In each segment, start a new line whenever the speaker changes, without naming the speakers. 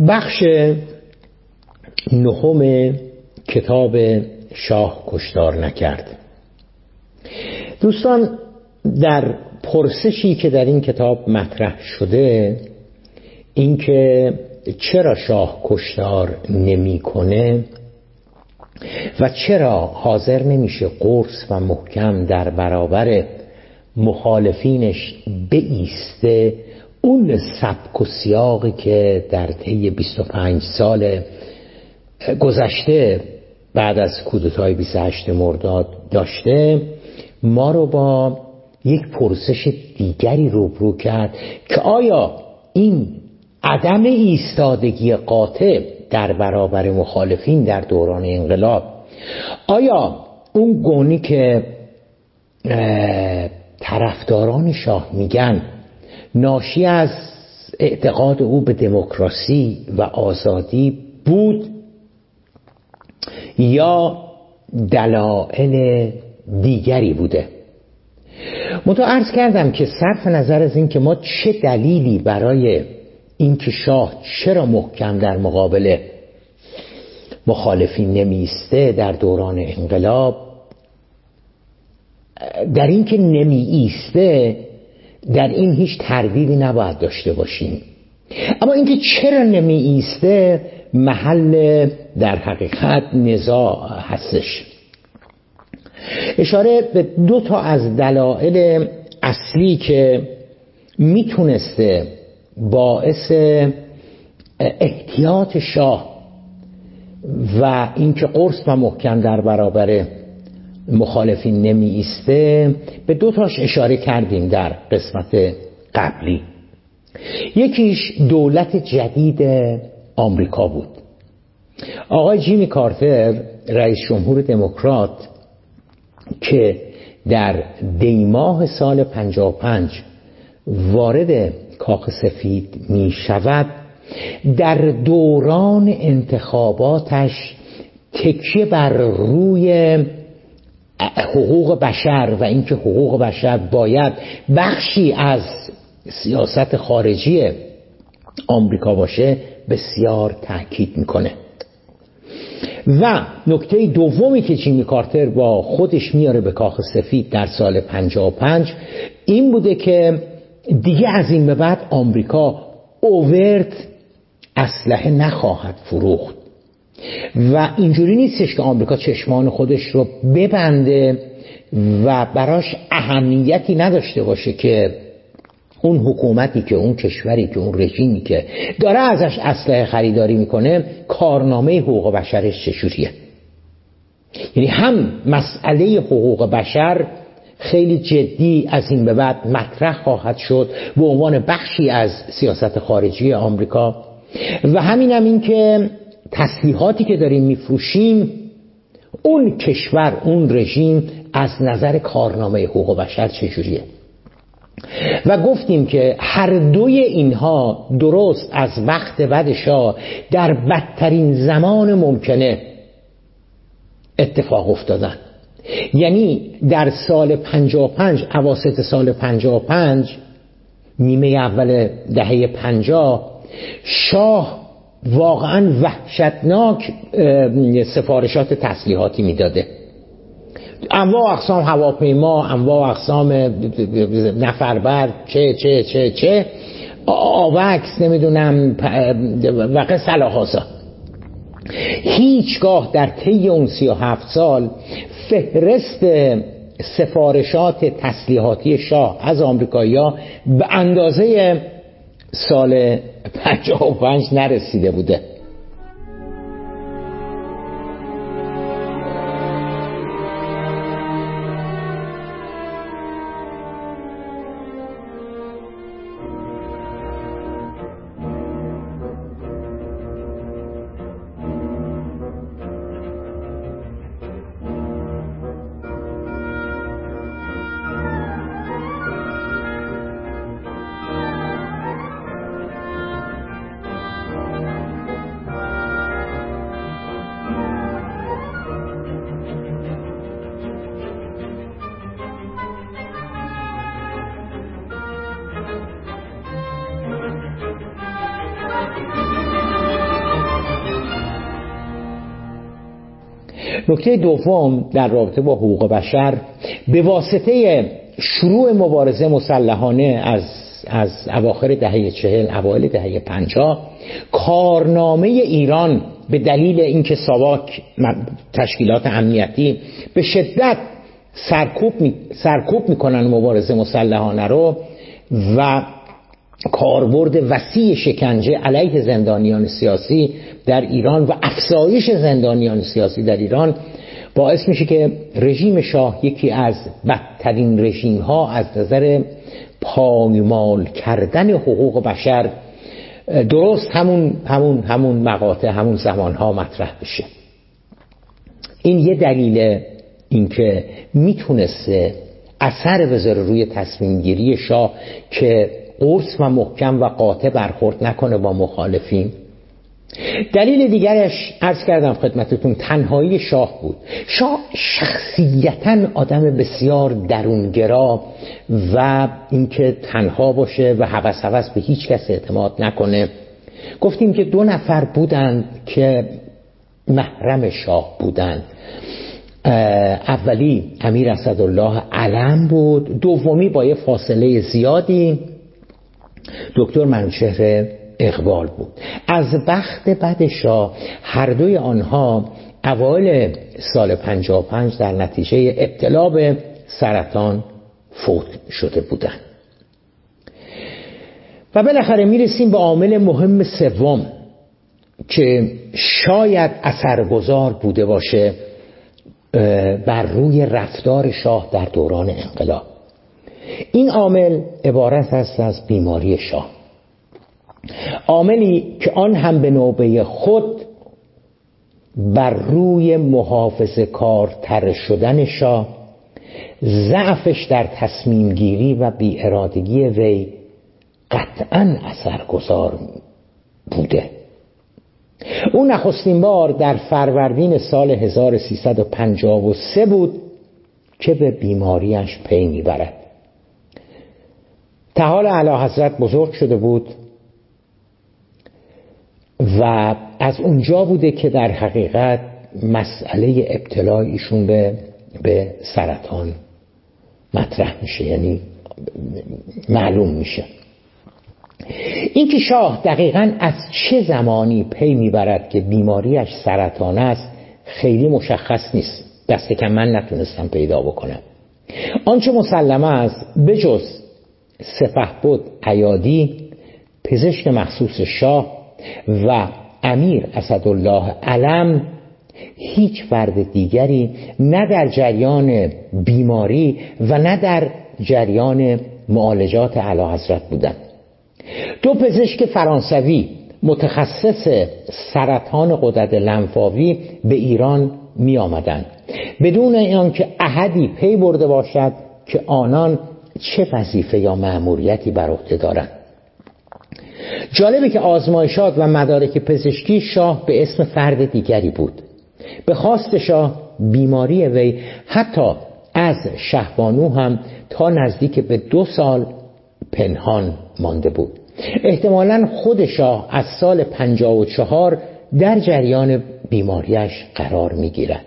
بخش نهم کتاب شاه کشتار نکرد. دوستان، در پرسشی که در این کتاب مطرح شده، این که چرا شاه کشتار نمی‌کنه و چرا حاضر نمیشه قرص و محکم در برابر مخالفینش بایسته، اون سبک و سیاقی که در طی 25 سال گذشته بعد از کودتای 28 مرداد داشته، ما رو با یک پرسش دیگری روبرو کرد که آیا این عدم ایستادگی قاطع در برابر مخالفین در دوران انقلاب، آیا اون گونی که طرفداران شاه میگن ناشی از اعتقاد او به دموکراسی و آزادی بود یا دلایل دیگری بوده؟ منتها عرض کردم که صرف نظر از این که ما چه دلیلی برای اینکه شاه چرا محکم در مقابل مخالفین نمیسته در دوران انقلاب، در این که نمی ایسته، در این هیچ تردیدی نباید داشته باشیم. اما اینکه چرا نمی ایسته محل در حقیقت نزاع هستش. اشاره به 2 تا از دلایل اصلی که میتونسته باعث احتیاط شاه و اینکه قرص و محکم در برابر مخالفین نمی ایسته، به 2 تاش اشاره کردیم در قسمت قبلی. یکیش دولت جدید آمریکا بود. آقای جیمی کارتر، رئیس جمهور دموکرات، که در دیماه سال 55 وارد کاخ سفید می شود، در دوران انتخاباتش تکیه بر روی حقوق بشر و اینکه حقوق بشر باید بخشی از سیاست خارجی آمریکا باشه بسیار تاکید میکنه. و نکته دومی که جیمی کارتر با خودش میاره به کاخ سفید در سال 55 این بوده که دیگه از این به بعد آمریکا اوورت اسلحه نخواهد فروخت و اینجوری نیستش که آمریکا چشمان خودش رو ببنده و براش اهمیتی نداشته باشه که اون حکومتی که اون کشوری که اون رژیمی که داره ازش اسلحه خریداری میکنه کارنامه حقوق بشرش چجوریه. یعنی هم مسئله حقوق بشر خیلی جدی از این به بعد مطرح خواهد شد به عنوان بخشی از سیاست خارجی آمریکا و همین هم این که تسلیحاتی که داریم میفروشیم اون کشور، اون رژیم از نظر کارنامه حقوق بشر چجوریه. و گفتیم که هر دوی اینها درست از وقت بعد شاه در بدترین زمان ممکنه اتفاق افتادن. یعنی در سال 55 اواسط سال 55 نیمه اول دهه 50 شاه واقعا وحشتناک سفارشات تسلیحاتی میداده، انواع اقسام هواپیما، انواع اقسام نفربر، چه آوکس، نمیدونم و قصه هازا. هیچگاه در طی اون 37 سال فهرست سفارشات تسلیحاتی شاه از آمریکایی‌ها به اندازه سال 55 نرسیده بوده. نکته دوم در رابطه با حقوق بشر، به واسطه شروع مبارزه مسلحانه از اواخر دهه 40، اوایل دهه 50، کارنامه ایران به دلیل اینکه ساواک تشکیلات امنیتی به شدت سرکوب میکنن مبارزه مسلحانه رو و کاربرد وسیع شکنجه علیه زندانیان سیاسی در ایران و افزایش زندانیان سیاسی در ایران باعث میشه که رژیم شاه یکی از بدترین رژیم ها از نظر پایمال کردن حقوق بشر درست همون مقاطع، همون زمان ها مطرح بشه. این یه دلیل اینکه میتونسته اثر بذاره روی تصمیم گیری شاه که قرص و محکم و قاطع برخورد نکنه با مخالفین. دلیل دیگرش عرض کردم خدمتتون تنهایی شاه بود. شاه شخصیتاً آدم بسیار درونگرا و اینکه تنها باشه و هوس به هیچ کس اعتماد نکنه. گفتیم که 2 نفر بودند که محرم شاه بودند. اولی امیر اسدالله علم بود، دومی با یه فاصله زیادی دکتر منوچهر اقبال بود. از بخت بد شاه هر دوی آنها اوایل سال 55 در نتیجه ابتلا به سرطان فوت شده بودند. و بالاخره میرسیم به عامل مهم سوم که شاید اثرگذار بوده باشه بر روی رفتار شاه در دوران انقلاب. این عامل عبارت است از بیماری شاه، عاملی که آن هم به نوبه خود بر روی محافظه کارتر شدن شاه، ضعفش در تصمیم گیری و بی ارادگی وی قطعاً اثرگذار بوده. او نخستین بار در فروردین سال 1353 بود که به بیماریش پی میبرد. تحال اعلیحضرت بزرگ شده بود و از اونجا بوده که در حقیقت مسئله ابتلای ایشون به سرطان مطرح میشه، یعنی معلوم میشه. این که شاه دقیقاً از چه زمانی پی میبرد که بیماریش سرطان است خیلی مشخص نیست، دست کم من نتونستم پیدا بکنم. آنچه مسلمه است بجز سپهبد ایادی، پزشک مخصوص شاه و امیر اسدالله علم، هیچ فرد دیگری نه در جریان بیماری و نه در جریان معالجات اعلیحضرت بودند. 2 پزشک فرانسوی متخصص سرطان غدد لنفاوی به ایران می آمدند بدون اینکه احدی پی برده باشد که آنان چه وظیفه یا مأموریتی بر عهده دارند. جالبه که آزمایشات و مدارک پزشکی شاه به اسم فرد دیگری بود. به خواست شاه بیماری وی حتی از شهبانو هم تا نزدیک به 2 سال پنهان مانده بود. احتمالاً خود شاه از سال 54 در جریان بیماریش قرار می‌گیرد.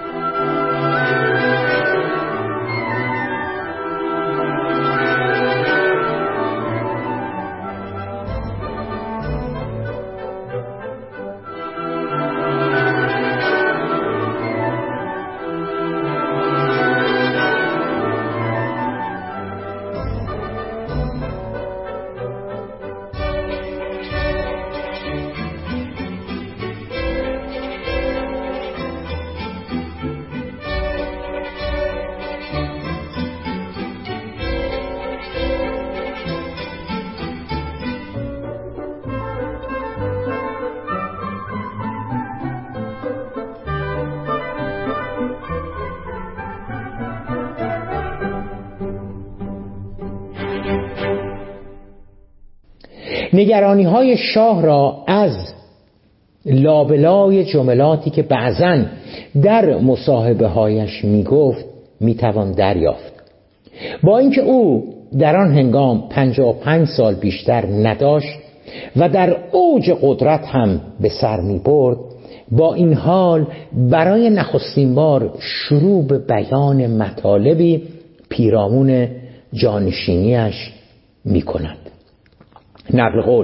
نگرانی های شاه را از لابلای جملاتی که بعضن در مصاحبه هایش می گفت می توان دریافت. با اینکه او در آن هنگام 55 سال بیشتر نداشت و در اوج قدرت هم به سر می برد، با این حال برای نخستین بار شروع به بیان مطالبی پیرامون جانشینیش می کند. نقل قول: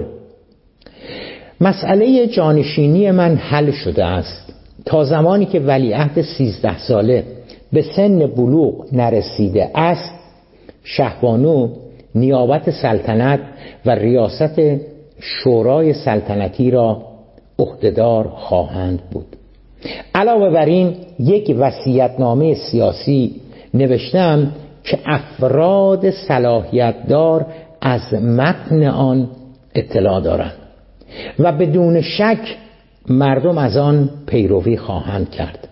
مسئله جانشینی من حل شده است. تا زمانی که ولیعهد 13 ساله به سن بلوغ نرسیده است، شهبانو نیابت سلطنت و ریاست شورای سلطنتی را عهدهدار خواهند بود. علاوه بر این یک وصیت‌نامه سیاسی نوشتم که افراد صلاحیت‌دار از متن آن اطلاع دارند و بدون شک مردم از آن پیروی خواهند کرد.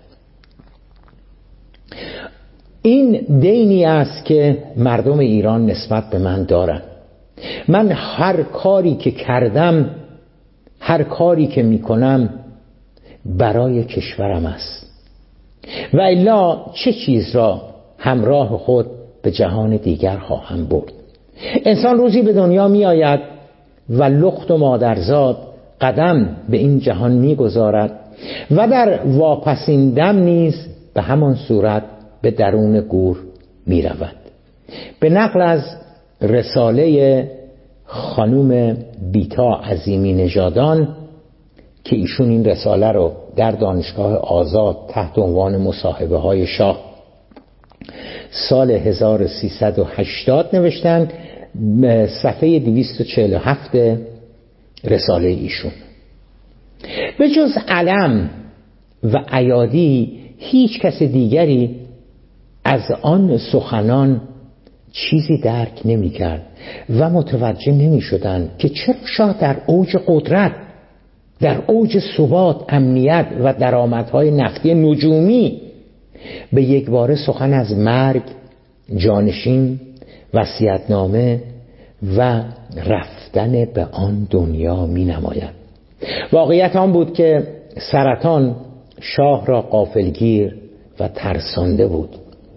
این دینی است که مردم ایران نسبت به من دارند. من هر کاری که کردم، هر کاری که میکنم برای کشورم است و الا چه چیز را همراه خود به جهان دیگر خواهم برد. انسان روزی به دنیا می آید و لخت و مادرزاد قدم به این جهان می گذارد و در واپسین دم نیز به همان صورت به درون گور می رود. به نقل از رساله خانوم بیتا عظیمی نژادان که ایشون این رساله رو در دانشگاه آزاد تحت عنوان مصاحبه های شاه سال 1380 نوشتن، صفحه 247 رساله ایشون: به جز علم و ایادی هیچ کس دیگری از آن سخنان چیزی درک نمی کرد و متوجه نمی شدن که چرا شاه در اوج قدرت، در اوج ثبات، امنیت و درآمدهای نفتی نجومی به یک باره سخن از مرگ، جانشین، وصیت‌نامه و رفتن به آن دنیا می نماید. واقعیت آن بود که سرطان شاه را غافلگیر و ترسانده بود.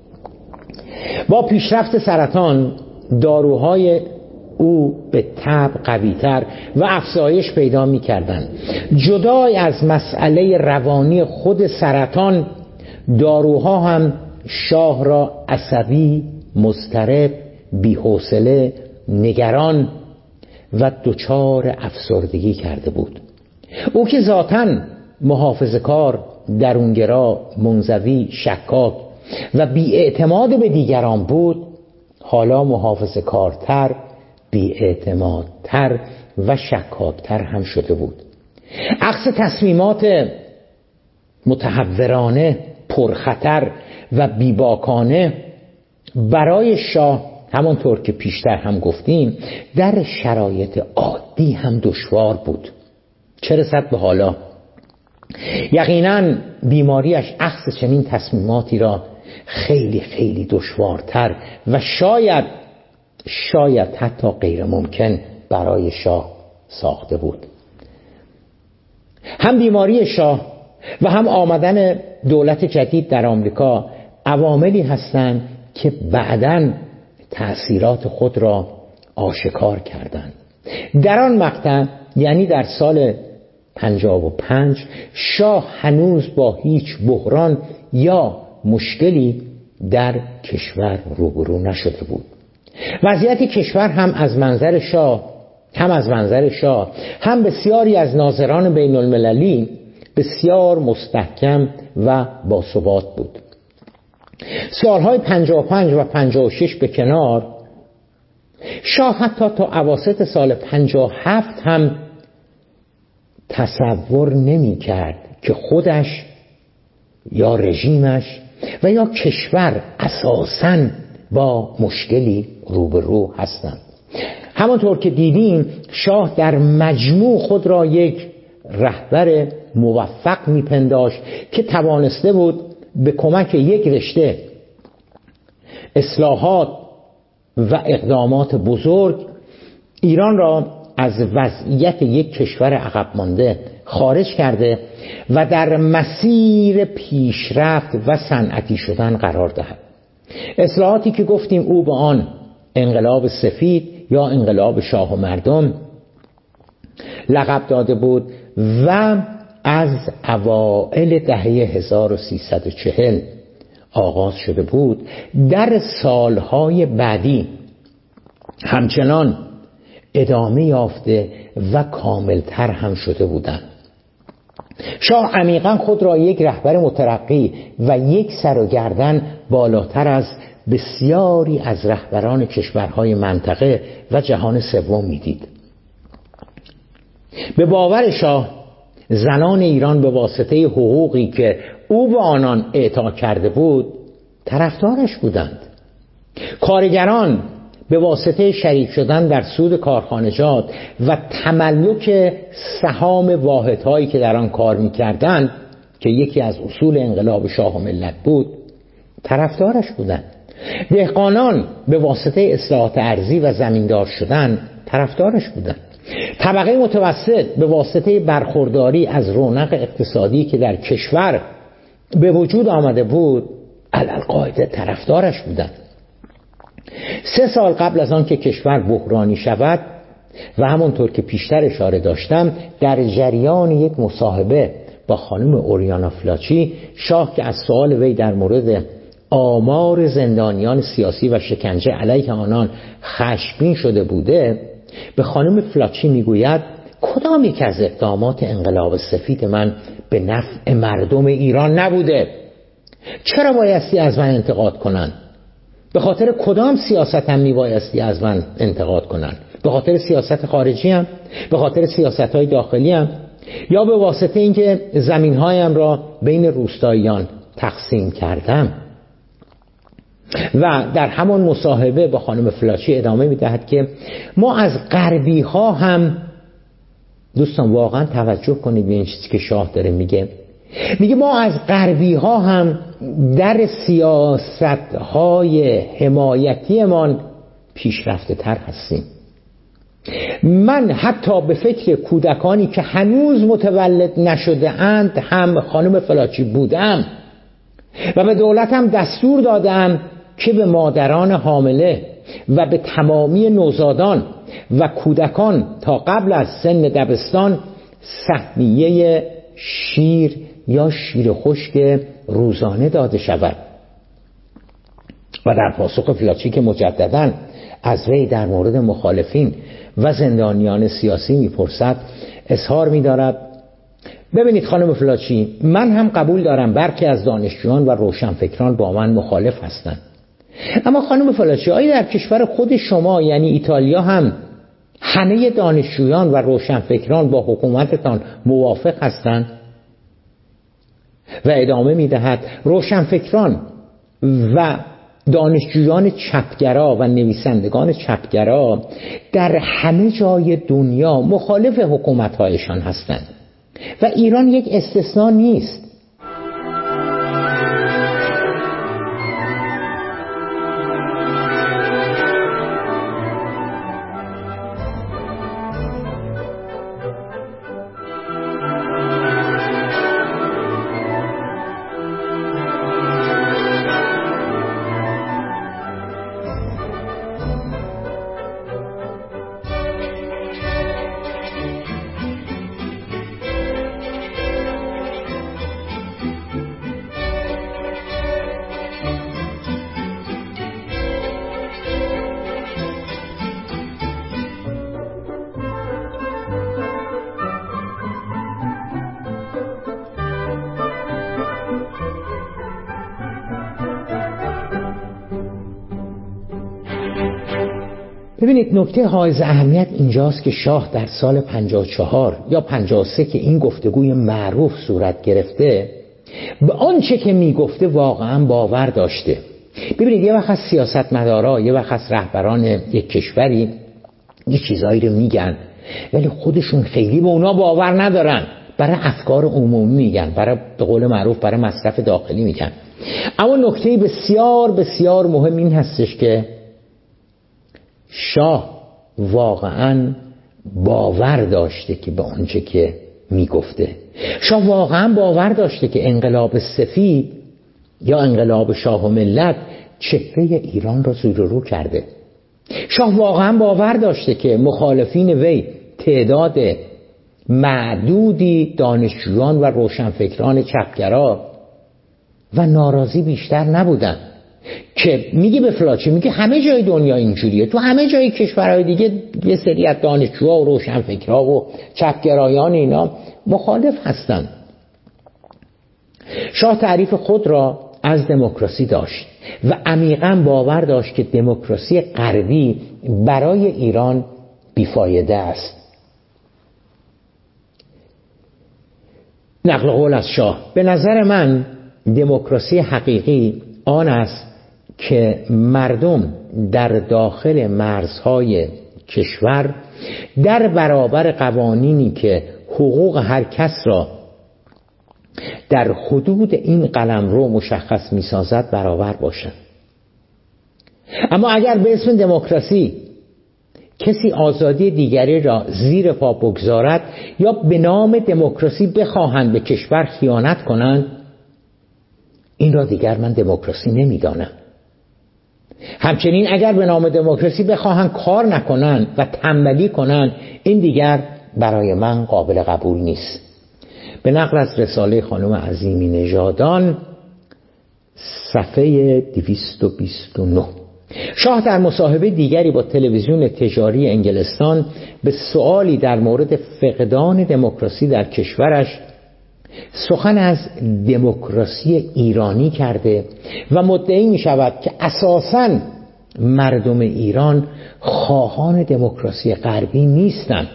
با پیشرفت سرطان داروهای او به تبع قوی‌تر و افزایش پیدا می‌کردند. جدای از مسئله روانی خود سرطان، داروها هم شاه را عصبی، مضطرب، بی‌حوصله، نگران و دچار افسردگی کرده بود. او که ذاتاً محافظه‌کار، درونگرا، منزوی، شکاک و بی‌اعتماد به دیگران بود، حالا محافظه‌کارتر، بی‌اعتمادتر و شکاکتر هم شده بود. اخذ تصمیمات متهورانه، پرخطر و بیباکانه برای شاه، همانطور که پیشتر هم گفتیم، در شرایط عادی هم دشوار بود، چه رسد به حالا. یقیناً بیماریش اخذ چنین تصمیماتی را خیلی خیلی دشوارتر و شاید حتی غیر ممکن برای شاه ساخته بود. هم بیماری شاه و هم آمدن دولت جدید در آمریکا عواملی هستند که بعداً تأثیرات خود را آشکار کردند. در آن مقطع، یعنی در سال 55، شاه هنوز با هیچ بحران یا مشکلی در کشور روبرو نشده بود. وضعیت کشور هم از منظر شاه هم بسیاری از ناظران بین المللی بسیار مستحکم و باثبات بود. سالهای 55 و 56 به کنار، شاه حتی تا اواسط سال 57 هم تصور نمی کرد که خودش یا رژیمش و یا کشور اساساً با مشکلی روبرو هستند. همانطور که دیدیم، شاه در مجموع خود را یک رهبر موفق میپنداشت که توانسته بود به کمک یک رشته اصلاحات و اقدامات بزرگ ایران را از وضعیت یک کشور عقب مانده خارج کرده و در مسیر پیشرفت و صنعتی شدن قرار دهد. اصلاحاتی که گفتیم او به آن انقلاب سفید یا انقلاب شاه و مردم لقب داده بود و از اوائل دهه 1340 آغاز شده بود، در سالهای بعدی همچنان ادامه یافته و کاملتر هم شده بودند. شاه عمیقا خود را یک رهبر مترقی و یک سر و گردن بالاتر از بسیاری از رهبران کشورهای منطقه و جهان سوم میدید. به باور شاه زنان ایران به واسطه حقوقی که او به آنان اعطا کرده بود طرفدارش بودند. کارگران به واسطه شریک شدن در سود کارخانجات و تملک سهام واحدهایی که در آن کار می‌کردند که یکی از اصول انقلاب شاه و ملت بود طرفدارش بودند. دهقانان به واسطه اصلاحات ارضی و زمیندار شدن طرفدارش بودند. طبقه متوسط به واسطه برخورداری از رونق اقتصادی که در کشور به وجود آمده بود علالقاعده طرفدارش بودند. 3 سال قبل از آن که کشور بحرانی شود و همونطور که پیشتر اشاره داشتم در جریان یک مصاحبه با خانم اوریانا فلاچی، شاه که از سؤال وی در مورد آمار زندانیان سیاسی و شکنجه علیه آنان خشمگین شده بوده، به خانم فلاچی میگوید کدام یک از اقدامات انقلاب سفید من به نفع مردم ایران نبوده؟ چرا بایستی از من انتقاد کنند؟ به خاطر کدام سیاست هم میبایستی از من انتقاد کنند؟ به خاطر سیاست خارجی هم؟ به خاطر سیاست های داخلی هم؟ یا به واسطه اینکه زمین هایم را بین روستاییان تقسیم کردم؟ و در همان مصاحبه با خانم فلاچی ادامه میدهد که ما از غربی ها هم، دوستان واقعا توجه کنید به این چیزی که شاه داره میگه ما از غربی ها هم در سیاست های حمایتیمان پیشرفته تر هستیم. من حتی به فکر کودکانی که هنوز متولد نشده اند هم خانم فلاچی بودم و به دولتم دستور دادم که به مادران حامله و به تمامی نوزادان و کودکان تا قبل از سن دبستان سهمیه شیر یا شیر خشک روزانه داده شود. و در پاسخ فلاچی که مجدداً از وی در مورد مخالفین و زندانیان سیاسی میپرسد اظهار می‌دارد ببینید خانم فلاچی، من هم قبول دارم برخی از دانشجویان و روشنفکران با من مخالف هستند، اما خانم فلاچی آیا در کشور خود شما یعنی ایتالیا هم همه دانشجویان و روشنفکران با حکومتتان موافق هستند؟ و ادامه میدهد روشنفکران و دانشجویان چپگرا و نویسندگان چپگرا در همه جای دنیا مخالف حکومت‌هایشان هستند و ایران یک استثناء نیست. ببینید نکته حائز اهمیت اینجاست که شاه در سال 54 یا 53 که این گفتگوی معروف صورت گرفته به آنچه که میگفته واقعا باور داشته. ببینید یه وقت از سیاستمدارا، یه وقت از رهبران یک کشوری یه چیزایی رو میگن ولی خودشون خیلی به اونا باور ندارن، برای افکار عمومی میگن، برای به قول معروف برای مصرف داخلی میگن. اما نکته بسیار بسیار مهم این هستش که شاه واقعا باور داشته که به آنچه که میگفته. شاه واقعا باور داشته که انقلاب سفید یا انقلاب شاه و ملت چهره ایران را زیر و رو کرده. شاه واقعا باور داشته که مخالفین وی تعداد معدودی دانشجویان و روشنفکران چپگرا و ناراضی بیشتر نبودن که میگی به فلاچی، میگه همه جای دنیا اینجوریه، تو همه جای کشورهای دیگه یه سری از دانشجوها و روشنفکرها و چپگرایان اینا مخالف هستن. شاه تعریف خود را از دموکراسی داشت و عمیقاً باور داشت که دموکراسی غربی برای ایران بیفایده است. نقل قول از شاه: به نظر من دموکراسی حقیقی آن است که مردم در داخل مرزهای کشور در برابر قوانینی که حقوق هر کس را در حدود این قلمرو مشخص می‌سازد برابر باشند. اما اگر به اسم دموکراسی کسی آزادی دیگری را زیر پا بگذارد یا به نام دموکراسی بخواهند به کشور خیانت کنند، این را دیگر من دموکراسی نمی‌دانم. همچنین اگر به نام دموکراسی بخواهند کار نکنند و تنبلی کنند، این دیگر برای من قابل قبول نیست. به نقل از رساله خانم عظیمی نژادان صفحه 229. شاه در مصاحبه دیگری با تلویزیون تجاری انگلستان به سؤالی در مورد فقدان دموکراسی در کشورش سخن از دموکراسی ایرانی کرده و مدعی می شود که اساساً مردم ایران خواهان دموکراسی غربی نیستند.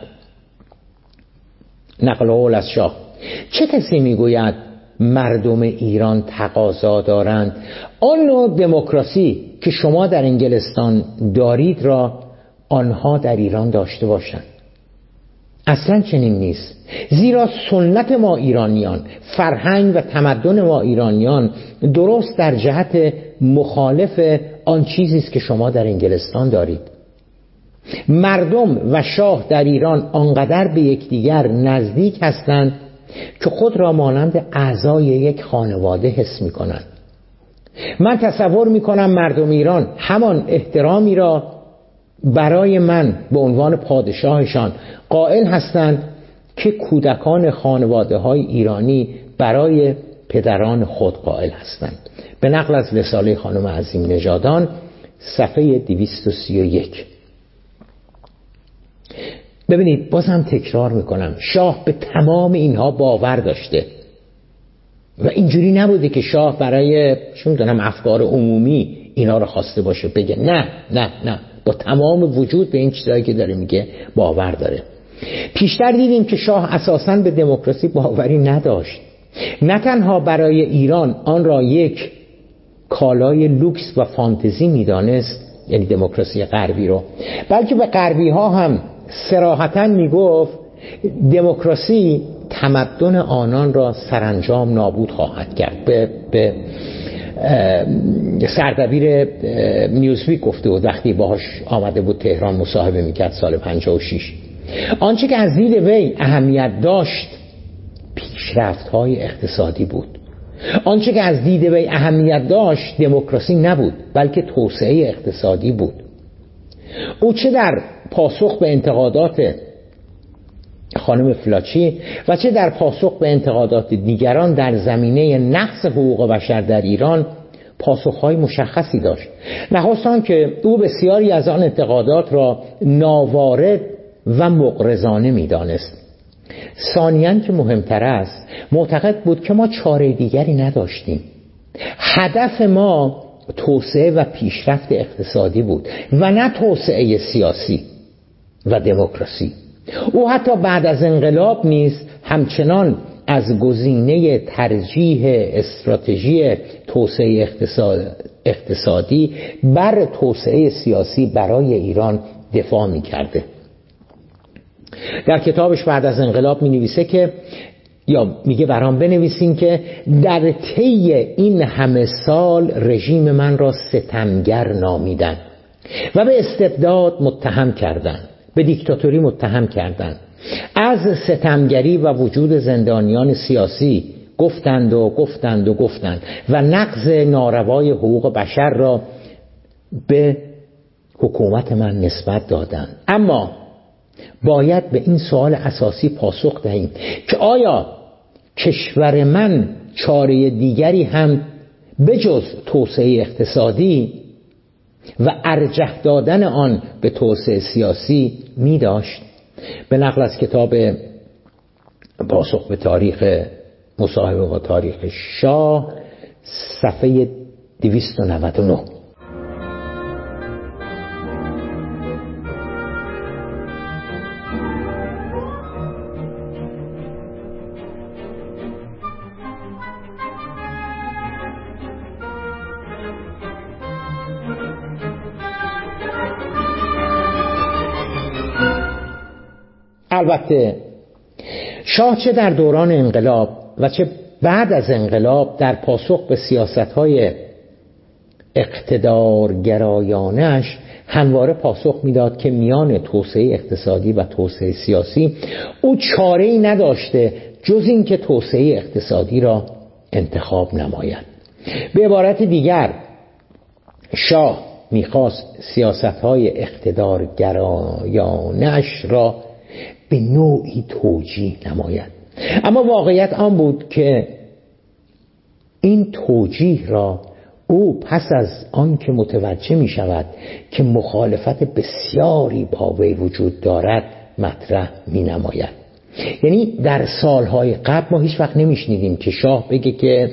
نقل قول از شاه: چه کسی میگوید مردم ایران تقاضا دارند آن نوع دموکراسی که شما در انگلستان دارید را آنها در ایران داشته باشند؟ اصلا چنین نیست، زیرا سنت ما ایرانیان، فرهنگ و تمدن ما ایرانیان درست در جهت مخالف آن چیزی است که شما در انگلستان دارید. مردم و شاه در ایران آنقدر به یکدیگر نزدیک هستند که خود را مانند اعضای یک خانواده حس می‌کنند. من تصور می‌کنم مردم ایران همان احترامی را برای من به عنوان پادشاهشان قائل هستند که کودکان خانواده‌های ایرانی برای پدران خود قائل هستند. به نقل از رساله خانم عظیم نژادان صفحه 231. ببینید، بازم تکرار میکنم، شاه به تمام اینها باور داشته و اینجوری نبوده که شاه برای افکار عمومی اینا رو خواسته باشه بگه نه نه نه، با تمام وجود به این چیزایی که داره میگه باور داره. پیشتر دیدیم که شاه اساساً به دموکراسی باوری نداشت. نه تنها برای ایران آن را یک کالای لوکس و فانتزی میدانست، یعنی دموکراسی غربی رو، بلکه به غربی ها هم صراحتاً میگفت دموکراسی تمدن آنان را سرانجام نابود خواهد کرد. به سردبیر نیوزویک گفته بود وقتی باهاش آمده بود تهران مصاحبه میکرد سال 56. آنچه که از دید وی اهمیت داشت پیشرفت‌های اقتصادی بود. آنچه که از دید وی اهمیت داشت دموکراسی نبود بلکه توسعه اقتصادی بود. او چه در پاسخ به انتقادات خانم فلاچی و چه در پاسخ به انتقادات دیگران در زمینه نقض حقوق بشر در ایران پاسخهای مشخصی داشت. نخست آنکه او بسیاری از آن انتقادات را ناوارد و مغرضانه می‌دانست. ثانیاً که مهمتر است، معتقد بود که ما چاره دیگری نداشتیم. هدف ما توسعه و پیشرفت اقتصادی بود و نه توسعه سیاسی و دموکراسی. او حتی بعد از انقلاب نیز همچنان از گزینه ترجیح استراتژی توسعه اقتصادی بر توسعه سیاسی برای ایران دفاع می‌کرده. در کتابش بعد از انقلاب می‌نویسه که میگه برام بنویسین که در طی این همه سال رژیم من را ستمگر نامیدن و به استبداد متهم کردند، به دیکتاتوری متهم کردند، از ستمگری و وجود زندانیان سیاسی گفتند و نقض ناروای حقوق بشر را به حکومت من نسبت دادند. اما باید به این سوال اساسی پاسخ دهیم که آیا کشور من چاره دیگری هم بجز توسعه اقتصادی و ارجح دادن آن به توسعه سیاسی می داشت؟ به نقل از کتاب پاسخ به تاریخ، مصاحبه با تاریخ شاه، صفحه 299. البته شاه چه در دوران انقلاب و چه بعد از انقلاب در پاسخ به سیاست‌های اقتدارگرایانش همواره پاسخ میداد که میان توسعه اقتصادی و توسعه سیاسی او چاره‌ای نداشته جز این که توسعه اقتصادی را انتخاب نماید. به عبارت دیگر شاه میخواست سیاست‌های اقتدارگرایانش را به نوعی توجیه نماید، اما واقعیت آن بود که این توجیه را او پس از آن که متوجه می شود که مخالفت بسیاری با وی وجود دارد مطرح می نماید. یعنی در سالهای قبل ما هیچ وقت نمی شنیدیم که شاه بگه که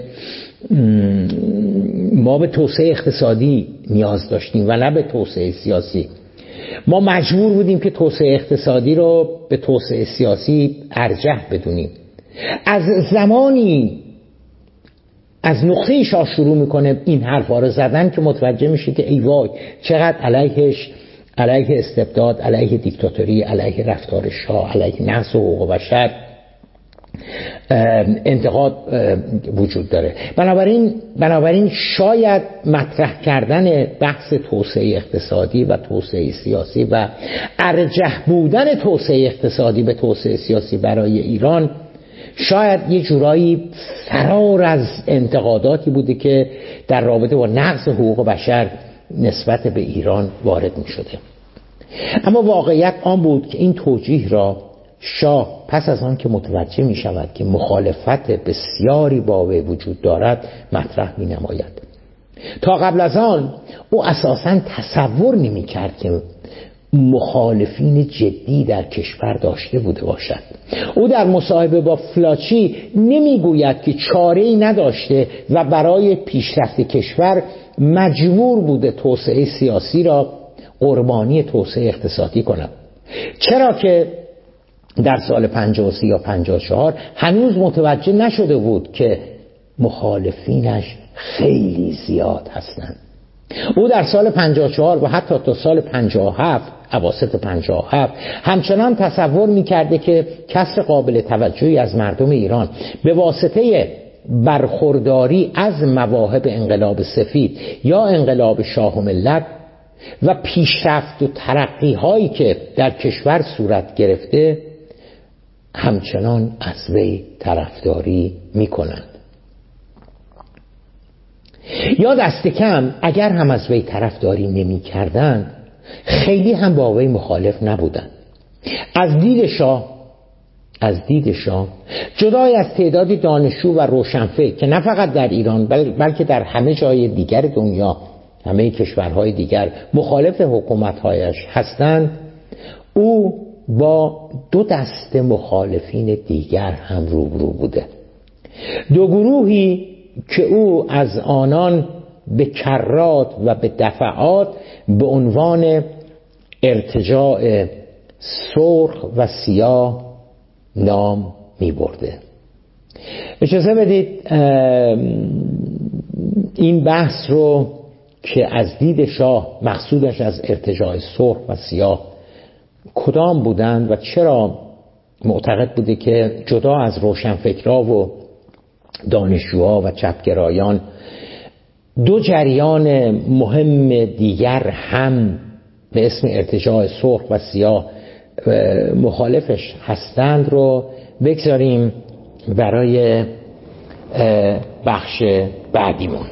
ما به توسعه اقتصادی نیاز داشتیم و نه به توسعه سیاسی. ما مجبور بودیم که توسعه اقتصادی رو به توسعه سیاسی ارجح بدونیم. از زمانی از نقطه شاه شروع میکنه این حرفا رو زدن که متوجه میشه که ای وای چقدر علیه استبداد، علیه دیکتاتوری، علیه رفتار شاه، علیه نقض حقوق بشر انتقاد وجود داره. بنابراین شاید مطرح کردن بحث توسعه اقتصادی و توسعه سیاسی و ارجح بودن توسعه اقتصادی به توسعه سیاسی برای ایران شاید یه جورایی فرار از انتقاداتی بوده که در رابطه با نقض حقوق بشر نسبت به ایران وارد می شده. اما واقعیت آن بود که این توجیه را شاه پس از آن که متوجه می شود که مخالفت بسیاری با وی وجود دارد مطرح می نماید. تا قبل از آن او اساساً تصور نمی کرد که مخالفین جدی در کشور داشته بوده باشد. او در مصاحبه با فلاچی نمی گوید که چاره‌ای نداشته و برای پیشرفت کشور مجبور بوده توسعه سیاسی را قربانی توسعه اقتصادی کند، چرا که در سال 53 یا 54 هنوز متوجه نشده بود که مخالفینش خیلی زیاد هستند. او در سال 54 و حتی تا سال 57 اواسط 57 همچنان تصور می‌کرده که کسر قابل توجهی از مردم ایران به واسطه برخورداری از مواهب انقلاب سفید یا انقلاب شاه و ملت و پیشرفت و ترقی هایی که در کشور صورت گرفته همچنان از وی طرفداری می‌کنند. یا دست کم اگر هم از وی طرفداری نمی‌کردند خیلی هم با وی مخالف نبودند. از دید شاه جدای از تعدادی دانشجو و روشنفکر که نه فقط در ایران بلکه در همه جای دیگر دنیا، همه کشورهای دیگر مخالف حکومت‌هایش هستند، او با دو دسته مخالفین دیگر هم روبرو بوده. دو گروهی که او از آنان به کرات و به دفعات به عنوان ارتجاع سرخ و سیاه نام می برده. اجازه بدید این بحث رو که از دید شاه مقصودش از ارتجاع سرخ و سیاه کدام بودند و چرا معتقد بوده که جدا از روشنفکرها و دانشجوها و چپگرایان دو جریان مهم دیگر هم به اسم ارتجاع سرخ و سیاه مخالفش هستند رو بگذاریم برای بخش بعدیمون.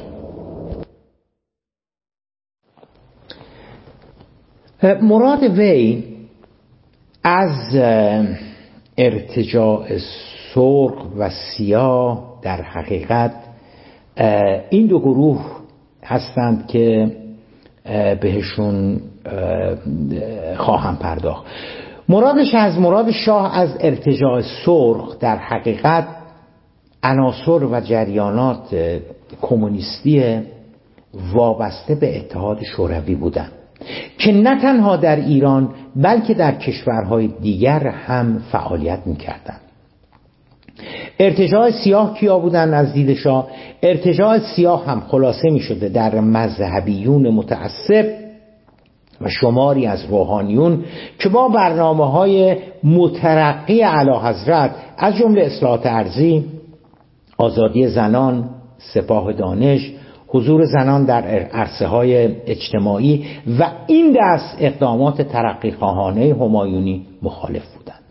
مراد وی از ارتجاع سرخ و سیاه در حقیقت این دو گروه هستند که بهشون خواهم پرداخت. مراد شاه از ارتجاع سرخ در حقیقت عناصر و جریانات کمونیستی وابسته به اتحاد شوروی بودند که نه تنها در ایران بلکه در کشورهای دیگر هم فعالیت می‌کردند. ارتجاع سیاه کیا بودن از دید شاه؟ ارتجاع سیاه هم خلاصه می‌شده در مذهبیون متعصب و شماری از روحانیون که با برنامه‌های مترقی اعلیحضرت از جمله اصلاحات ارضی، آزادی زنان، سپاه دانش، حضور زنان در عرصه‌های اجتماعی و این دست اقدامات ترقی‌خواهانه همایونی مخالف بودند.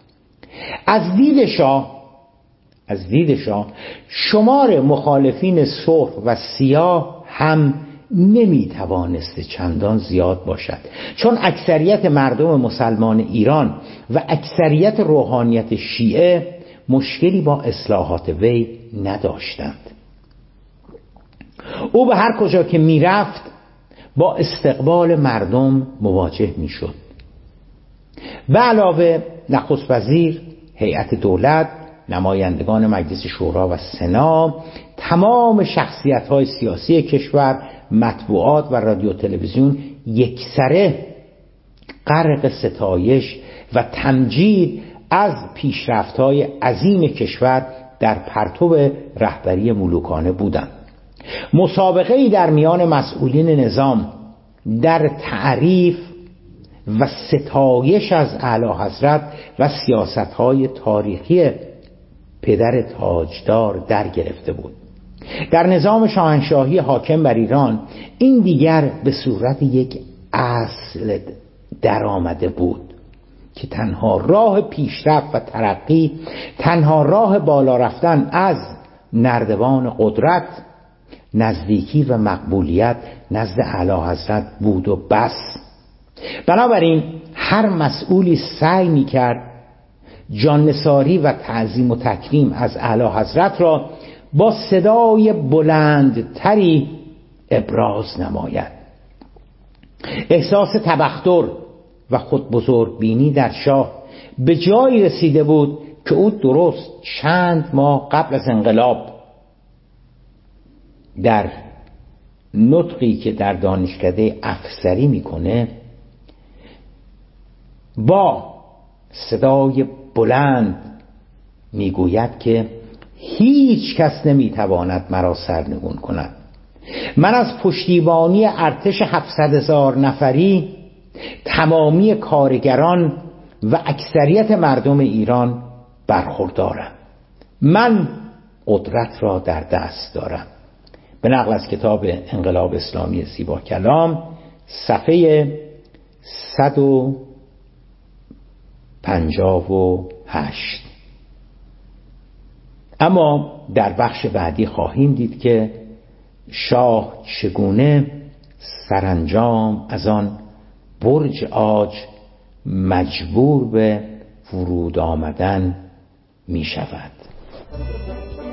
از دید شاه شمار مخالفین سرخ و سیاه هم نمیتوانست چندان زیاد باشد، چون اکثریت مردم مسلمان ایران و اکثریت روحانیت شیعه مشکلی با اصلاحات وی نداشتند. او به هر کجا که میرفت با استقبال مردم مواجه میشد. به علاوه نخست وزیر، هیئت دولت، نمایندگان مجلس شورا و سنا، تمام شخصیت‌های سیاسی کشور، مطبوعات و رادیو تلویزیون یکسره غرق ستایش و تمجید از پیشرفت‌های عظیم کشور در پرتو رهبری ملوکانه بودند. مسابقه‌ای در میان مسئولین نظام در تعریف و ستایش از اعلیحضرت و سیاست‌های تاریخی پدر تاجدار در گرفته بود. در نظام شاهنشاهی حاکم بر ایران این دیگر به صورت یک اصل در آمده بود که تنها راه پیشرفت و ترقی، تنها راه بالا رفتن از نردبان قدرت، نزدیکی و مقبولیت نزد اعلیحضرت بود و بس. بنابراین هر مسئولی سعی می‌کرد جاننثاری و تعظیم و تکریم از اعلیحضرت را با صدای بلندتری ابراز نماید. احساس تبختر و خود بزرگبینی در شاه به جایی رسیده بود که او درست چند ماه قبل از انقلاب در نطقی که در دانشکده افسری میکنه با صدای بلند میگوید که هیچ کس نمیتواند مرا سرنگون کند. من از پشتیبانی ارتش 700,000 نفری تمامی کارگران و اکثریت مردم ایران برخوردارم. من قدرت را در دست دارم. به نقل از کتاب انقلاب اسلامی زیبا کلام صفحه 158. اما در بخش بعدی خواهیم دید که شاه چگونه سرانجام از آن برج عاج مجبور به فرود آمدن می شود.